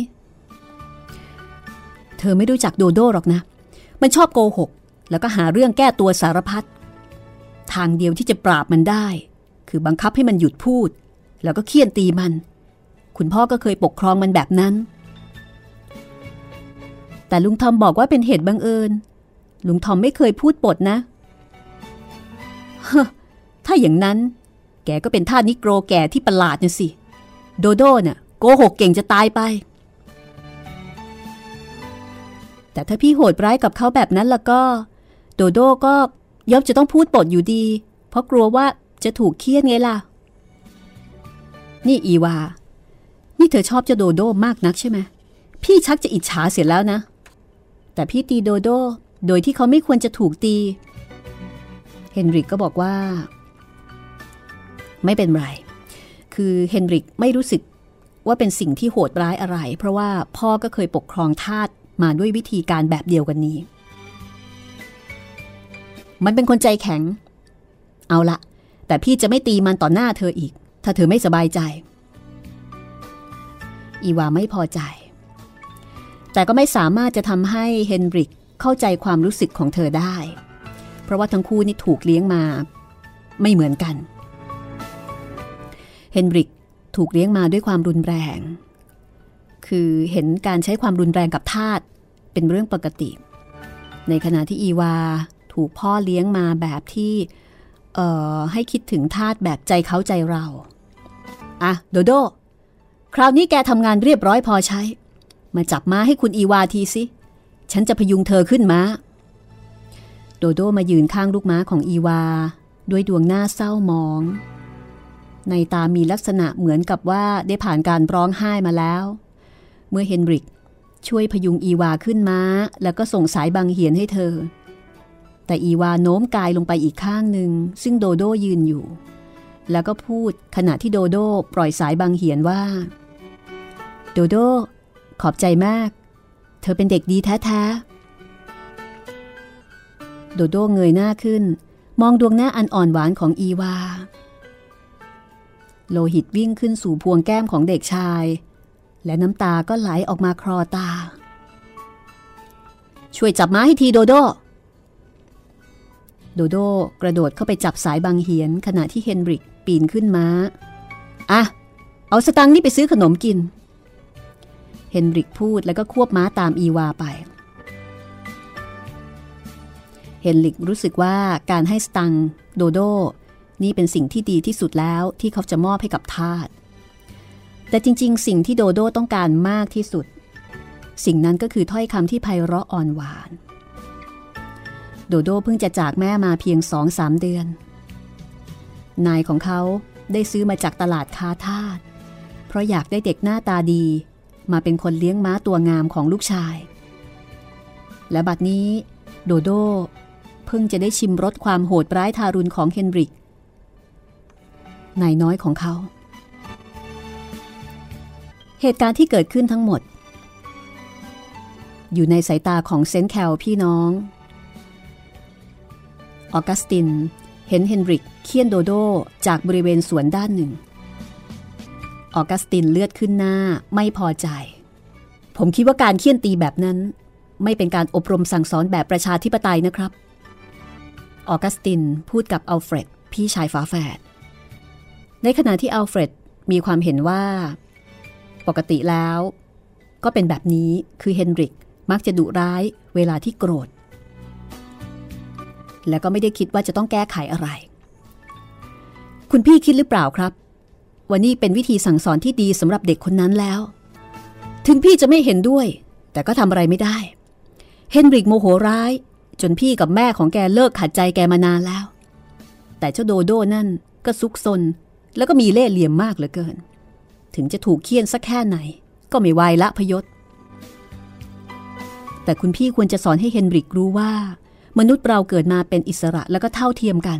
เธอไม่รู้จักโดโดหรอกนะมันชอบโกหกแล้วก็หาเรื่องแก้ตัวสารพัดทางเดียวที่จะปราบมันได้คือบังคับให้มันหยุดพูดแล้วก็เคี่ยนตีมันคุณพ่อก็เคยปกครองมันแบบนั้นแต่ลุงทอมบอกว่าเป็นเหตุบังเอิญลุงทอมไม่เคยพูดปดนะเฮ้อถ้าอย่างนั้นแกก็เป็นท่านิโกรแก่ที่ประหลาดน่ะสิโดโดน่ะโกหกเก่งจะตายไปแต่ถ้าพี่โหดร้ายกับเขาแบบนั้นแล้วก็โดโดก็ย่อมจะต้องพูดปดอยู่ดีเพราะกลัวว่าจะถูกเคี่ยนไงล่ะนี่อีวานี่เธอชอบเจ้าโดโดมากนักใช่ไหมพี่ชักจะอิจฉาเสียแล้วนะแต่พี่ตีโดโดโดยที่เขาไม่ควรจะถูกตีเฮนริกก็บอกว่าไม่เป็นไรคือเฮนริกไม่รู้สึกว่าเป็นสิ่งที่โหดร้ายอะไรเพราะว่าพ่อก็เคยปกครองทาสมาด้วยวิธีการแบบเดียวกันนี้มันเป็นคนใจแข็งเอาละแต่พี่จะไม่ตีมันต่อหน้าเธออีกถ้าเธอไม่สบายใจอีวาไม่พอใจแต่ก็ไม่สามารถจะทำให้เฮนริกเข้าใจความรู้สึกของเธอได้เพราะว่าทั้งคู่นี่ถูกเลี้ยงมาไม่เหมือนกันเฮนริกถูกเลี้ยงมาด้วยความรุนแรงคือเห็นการใช้ความรุนแรงกับทาสเป็นเรื่องปกติในขณะที่อีวาถูกพ่อเลี้ยงมาแบบที่เอ่อให้คิดถึงทาสแบบใจเขาใจเราอ่ะโดโดคราวนี้แกทำงานเรียบร้อยพอใช้มาจับม้าให้คุณอีวาทีสิฉันจะพยุงเธอขึ้นม้าโดโดมายืนข้างลูกม้าของอีวาด้วยดวงหน้าเศร้าหมองในตามีลักษณะเหมือนกับว่าได้ผ่านการร้องไห้มาแล้วเมื่อเฮนริกช่วยพยุงอีวาขึ้นม้าแล้วก็ส่งสายบังเหียนให้เธอแต่อีวาโน้มกายลงไปอีกข้างหนึ่งซึ่งโดโดยืนอยู่แล้วก็พูดขณะที่โดโดปล่อยสายบังเหียนว่าโดโดขอบใจมากเธอเป็นเด็กดีแท้ๆโดโดเงยหน้าขึ้นมองดวงหน้าอันอ่อนหวานของอีวาโลหิตวิ่งขึ้นสู่พวงแก้มของเด็กชายและน้ำตาก็ไหลออกมาคลอตาช่วยจับม้าให้ทีโดโดโดโดกระโดดเข้าไปจับสายบังเหียนขณะที่เฮนริกปีนขึ้นม้าอ่ะเอาสตังค์นี่ไปซื้อขนมกินเฮนริกพูดแล้วก็ควบม้าตามอีวาไปเฮนริกรู้สึกว่าการให้สตังค์โดโดนี่เป็นสิ่งที่ดีที่สุดแล้วที่เขาจะมอบให้กับทาสแต่จริงๆสิ่งที่โดโดต้องการมากที่สุดสิ่งนั้นก็คือถ้อยคำที่ไพเราะอ่อนหวานโดโดเพิ่งจะจากแม่มาเพียง สองถึงสาม เดือนนายของเขาได้ซื้อมาจากตลาดค้าทาสเพราะอยากได้เด็กหน้าตาดีมาเป็นคนเลี้ยงม้าตัวงามของลูกชายและบัดนี้โดโดเพิ่งจะได้ชิมรสความโหดร้ายทารุณของเฮนริกนายน้อยของเขาเหตุการณ์ที่เกิดขึ้นทั้งหมดอยู่ในสายตาของเซนต์แคลพี่น้องออกัสตินเห็นเฮนริกเคี่ยนโดโดจากบริเวณสวนด้านหนึ่งออกัสตินเลือดขึ้นหน้าไม่พอใจผมคิดว่าการเคี่ยนตีแบบนั้นไม่เป็นการอบรมสั่งสอนแบบประชาธิปไตยนะครับออกัสตินพูดกับอัลเฟรดพี่ชายฝาแฝดในขณะที่อัลเฟรดมีความเห็นว่าปกติแล้วก็เป็นแบบนี้คือเฮนริกมักจะดุร้ายเวลาที่โกรธและก็ไม่ได้คิดว่าจะต้องแก้ไขอะไรคุณพี่คิดหรือเปล่าครับว่านี่เป็นวิธีสั่งสอนที่ดีสำหรับเด็กคนนั้นแล้วถึงพี่จะไม่เห็นด้วยแต่ก็ทำอะไรไม่ได้เฮนริกโมโหร้ายจนพี่กับแม่ของแกเลิกขัดใจแกมานานแล้วแต่เจ้าโดโดนั่นก็ซุกซนแล้วก็มีเล่ห์เหลี่ยมมากเหลือเกินถึงจะถูกเคี่ยนสักแค่ไหนก็ไม่วายละพยศแต่คุณพี่ควรจะสอนให้เฮนริกรู้ว่ามนุษย์เราเกิดมาเป็นอิสระแล้วก็เท่าเทียมกัน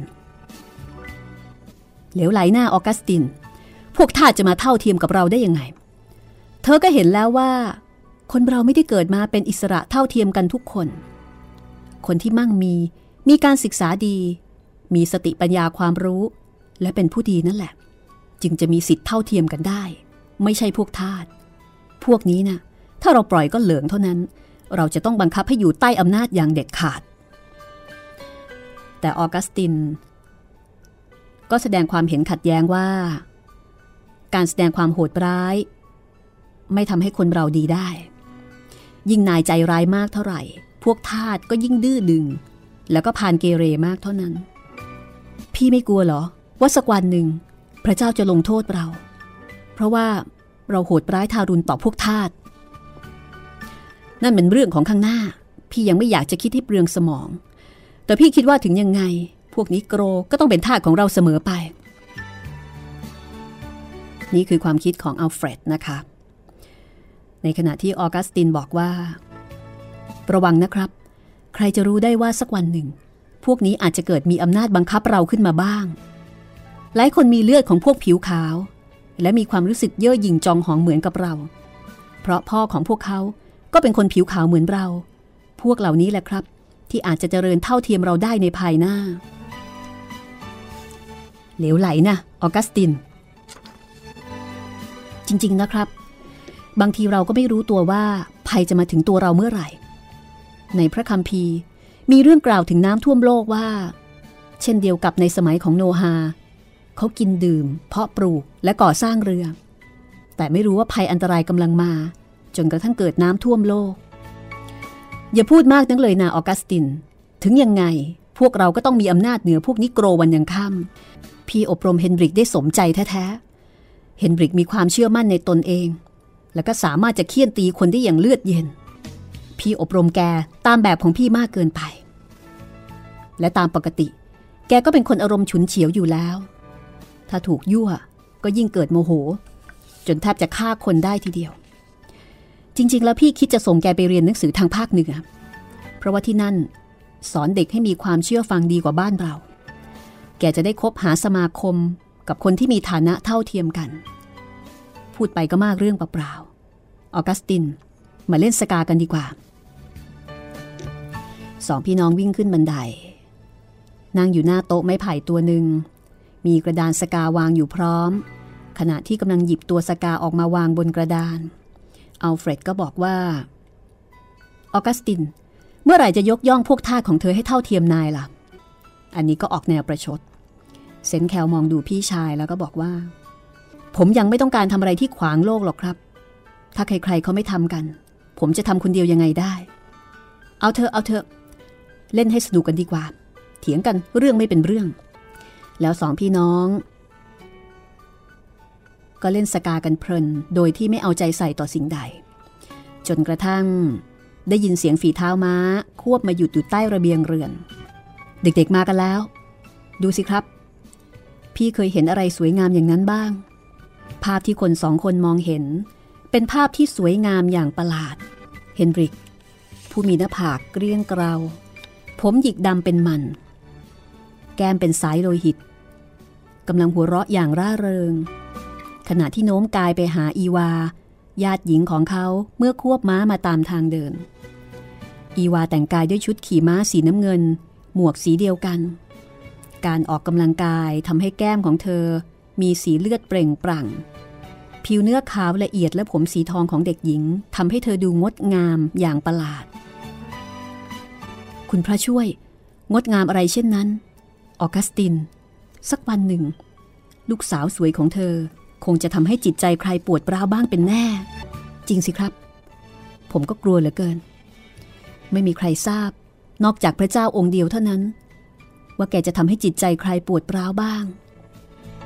เหลวไหลหน้าออกัสตินพวกทาสจะมาเท่าเทียมกับเราได้ยังไงเธอก็เห็นแล้วว่าคนเราไม่ได้เกิดมาเป็นอิสระเท่าเทียมกันทุกคนคนที่มั่งมีมีการศึกษาดีมีสติปัญญาความรู้และเป็นผู้ดีนั่นแหละจึงจะมีสิทธิ์เท่าเทียมกันได้ไม่ใช่พวกทาสพวกนี้นะถ้าเราปล่อยก็เหลืองเท่านั้นเราจะต้องบังคับให้อยู่ใต้อำนาจอย่างเด็ดขาดแต่ออกัสตินก็แสดงความเห็นขัดแย้งว่าการแสดงความโหดร้ายไม่ทำให้คนเราดีได้ยิ่งนายใจร้ายมากเท่าไหร่พวกทาสก็ยิ่งดื้อดึงแล้วก็พานเกเรมากเท่านั้นพี่ไม่กลัวเหรอว่าสักวันหนึ่งพระเจ้าจะลงโทษเราเพราะว่าเราโหดร้ายทารุณต่อพวกทาสนั่นเป็นเรื่องของข้างหน้าพี่ยังไม่อยากจะคิดให้เปลืองสมองแต่พี่คิดว่าถึงยังไงพวกนิโกรก็ต้องเป็นทาสของเราเสมอไปนี่คือความคิดของอัลเฟรดนะคะในขณะที่ออกัสตินบอกว่าระวังนะครับใครจะรู้ได้ว่าสักวันหนึ่งพวกนี้อาจจะเกิดมีอำนาจบังคับเราขึ้นมาบ้างหลายคนมีเลือดของพวกผิวขาวและมีความรู้สึกเย่อหยิ่งจองหองเหมือนกับเราเพราะพ่อของพวกเขาก็เป็นคนผิวขาวเหมือนเราพวกเหล่านี้แหละครับที่อาจจะเจริญเท่าเทียมเราได้ในภายหน้าเหลวไหลนะออกัสตินจริงๆนะครับบางทีเราก็ไม่รู้ตัวว่าภัยจะมาถึงตัวเราเมื่อไหร่ในพระคัมภีร์มีเรื่องกล่าวถึงน้ำท่วมโลกว่าเช่นเดียวกับในสมัยของโนฮาเขากินดื่มเพาะปลูกและก่อสร้างเรือแต่ไม่รู้ว่าภัยอันตรายกำลังมาจนกระทั่งเกิดน้ำท่วมโลกอย่าพูดมากนักเลยนะออกัสตินถึงยังไงพวกเราก็ต้องมีอำนาจเหนือพวกนิโกรวันยังค่ำพี่อบรมเฮนริกได้สมใจแท้ๆเฮนริกมีความเชื่อมั่นในตนเองแล้วก็สามารถจะเคี่ยนตีคนได้อย่างเลือดเย็นพี่อบรมแกตามแบบของพี่มากเกินไปและตามปกติแกก็เป็นคนอารมณ์ฉุนเฉียวอยู่แล้วถ้าถูกยั่วก็ยิ่งเกิดโมโหจนแทบจะฆ่าคนได้ทีเดียวจริงๆแล้วพี่คิดจะส่งแกไปเรียนหนังสือทางภาคเหนือเพราะว่าที่นั่นสอนเด็กให้มีความเชื่อฟังดีกว่าบ้านเราแกจะได้คบหาสมาคมกับคนที่มีฐานะเท่าเทียมกันพูดไปก็มากเรื่องเปล่าๆออกัสตินมาเล่นสกากันดีกว่าสองพี่น้องวิ่งขึ้นบันไดนั่งอยู่หน้าโต๊ะไม้ไผ่ตัวหนึ่งมีกระดานสกาวางอยู่พร้อมขณะที่กำลังหยิบตัวสกาออกมาวางบนกระดานอัลเฟรดก็บอกว่าออกัสตินเมื่อไหร่จะยกย่องพวกทาสของเธอให้เท่าเทียมนายล่ะอันนี้ก็ออกแนวประชดเซนแคลมองดูพี่ชายแล้วก็บอกว่าผมยังไม่ต้องการทำอะไรที่ขวางโลกหรอกครับถ้าใครๆเขาไม่ทำกันผมจะทำคนเดียวยังไงได้เอาเถอะเอาเถอะเล่นให้สนุกกันดีกว่าเถียงกันเรื่องไม่เป็นเรื่องแล้วสองพี่น้องก็เล่นสกากันเพลินโดยที่ไม่เอาใจใส่ต่อสิ่งใดจนกระทั่งได้ยินเสียงฝีเท้าม้าควบมาหยุดอยู่ใต้ระเบียงเรือนเด็กๆมากันแล้วดูสิครับพี่เคยเห็นอะไรสวยงามอย่างนั้นบ้างภาพที่คนสองคนมองเห็นเป็นภาพที่สวยงามอย่างประหลาดเฮนริกผู้มีหน้าผากเกลี้ยงเกลาผมหยิกดำเป็นมันแก้มเป็นสายโลหิตกำลังหัวเราะอย่างร่าเริงขณะที่โน้มกายไปหาอีวาญาติหญิงของเขาเมื่อควบม้ามาตามทางเดินอีวาแต่งกายด้วยชุดขี่ม้าสีน้ำเงินหมวกสีเดียวกันการออกกำลังกายทำให้แก้มของเธอมีสีเลือดเปล่งปลั่งผิวเนื้อขาวละเอียดและผมสีทองของเด็กหญิงทำให้เธอดูงดงามอย่างประหลาดคุณพระช่วยงดงามอะไรเช่นนั้นออกัสตินสักวันหนึ่งลูกสาวสวยของเธอคงจะทำให้จิตใจใครปวดร้าวบ้างเป็นแน่จริงสิครับผมก็กลัวเหลือเกินไม่มีใครทราบนอกจากพระเจ้าองค์เดียวเท่านั้นว่าแกจะทำให้จิตใจใครปวดร้าวบ้าง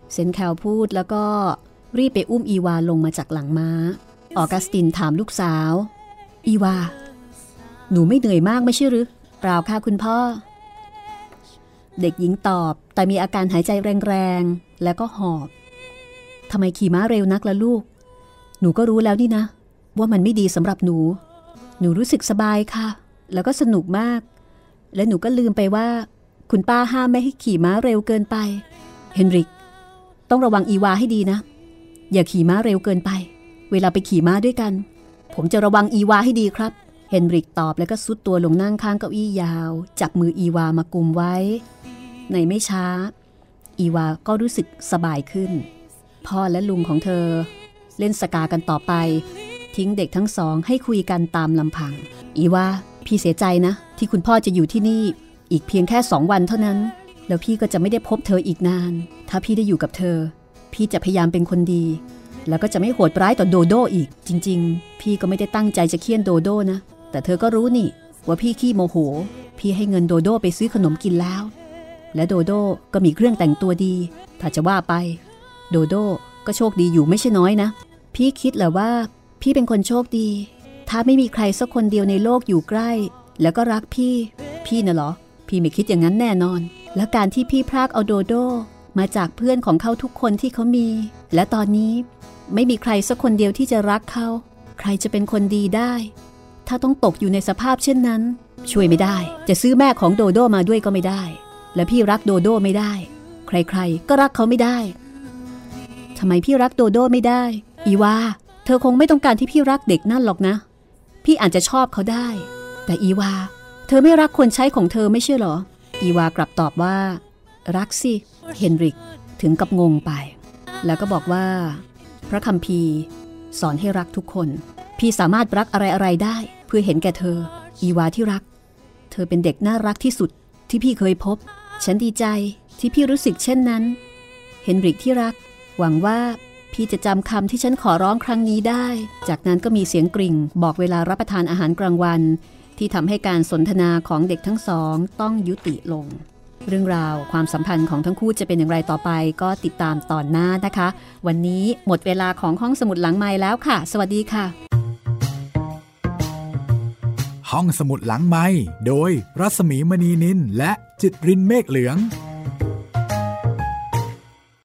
เซนแคลพูดแล้วก็รีบไปอุ้มอีวาลงมาจากหลังม้าออกัสตินถามลูกสาวอีวาหนูไม่เหนื่อยมากไม่ใช่หรือเปล่าค่ะคุณพ่อเด็กหญิงตอบแต่มีอาการหายใจแรงๆแล้วก็หอบทำไมขี่ม้าเร็วนักล่ะลูกหนูก็รู้แล้วนี่นะว่ามันไม่ดีสำหรับหนูหนูรู้สึกสบายค่ะแล้วก็สนุกมากและหนูก็ลืมไปว่าคุณป้าห้ามไม่ให้ขี่ม้าเร็วเกินไปเฮนริกต้องระวังอีวาให้ดีนะอย่าขี่ม้าเร็วเกินไปเวลาไปขี่ม้าด้วยกันผมจะระวังอีวาให้ดีครับเฮนริกตอบแล้วก็ซุดตัวลงนั่งข้างเก้าอี้ยาวจับมืออีวามากุมไว้ในไม่ช้าอีวาก็รู้สึกสบายขึ้นพ่อและลุงของเธอเล่นสกากันต่อไปทิ้งเด็กทั้งสองให้คุยกันตามลำพังอีวาพี่เสียใจนะที่คุณพ่อจะอยู่ที่นี่อีกเพียงแค่สองวันเท่านั้นแล้วพี่ก็จะไม่ได้พบเธออีกนานถ้าพี่ได้อยู่กับเธอพี่จะพยายามเป็นคนดีแล้วก็จะไม่โหดร้ายต่อโดโดอีกจริงๆพี่ก็ไม่ได้ตั้งใจจะเคี่ยนโดโดนะแต่เธอก็รู้นี่ว่าพี่ขี้โมโหพี่ให้เงินโดโดไปซื้อขนมกินแล้วและโดโดก็มีเครื่องแต่งตัวดีถ้าจะว่าไปโดโดก็โชคดีอยู่ไม่ใช่น้อยนะพี่คิดแหละว่าพี่เป็นคนโชคดีถ้าไม่มีใครสักคนเดียวในโลกอยู่ใกล้แล้วก็รักพี่พี่น่ะเหรอพี่ไม่คิดอย่างนั้นแน่นอนและการที่พี่พรากเอาโดโดมาจากเพื่อนของเขาทุกคนที่เขามีและตอนนี้ไม่มีใครสักคนเดียวที่จะรักเขาใครจะเป็นคนดีได้ถ้าต้องตกอยู่ในสภาพเช่นนั้นช่วยไม่ได้จะซื้อแม่ของโดโดมาด้วยก็ไม่ได้และพี่รักโดโดไม่ได้ใครๆก็รักเขาไม่ได้ทำไมพี่รักโดโดไม่ได้อีวาเธอคงไม่ต้องการที่พี่รักเด็กนั่นหรอกนะพี่อาจจะชอบเขาได้แต่อีวาเธอไม่รักคนใช้ของเธอไม่ใช่เหรออีวากลับตอบว่ารักสิเฮนริกถึงกับงงไปแล้วก็บอกว่าพระคัมภีร์สอนให้รักทุกคนพี่สามารถรักอะไรๆได้เพื่อเห็นแก่เธออีวาที่รักเธอเป็นเด็กน่ารักที่สุดที่พี่เคยพบฉันดีใจที่พี่รู้สึกเช่นนั้นเฮนริกที่รักหวังว่าพี่จะจำคำที่ฉันขอร้องครั้งนี้ได้จากนั้นก็มีเสียงกริ่งบอกเวลารับประทานอาหารกลางวันที่ทำให้การสนทนาของเด็กทั้งสองต้องยุติลงเรื่องราวความสัมพันธ์ของทั้งคู่จะเป็นอย่างไรต่อไปก็ติดตามตอนหน้านะคะวันนี้หมดเวลาของห้องสมุดหลังไมค์แล้วค่ะสวัสดีค่ะห้องสมุดหลังไมค์โดยรัศมีมณีนินและจิตรินเมฆเหลือง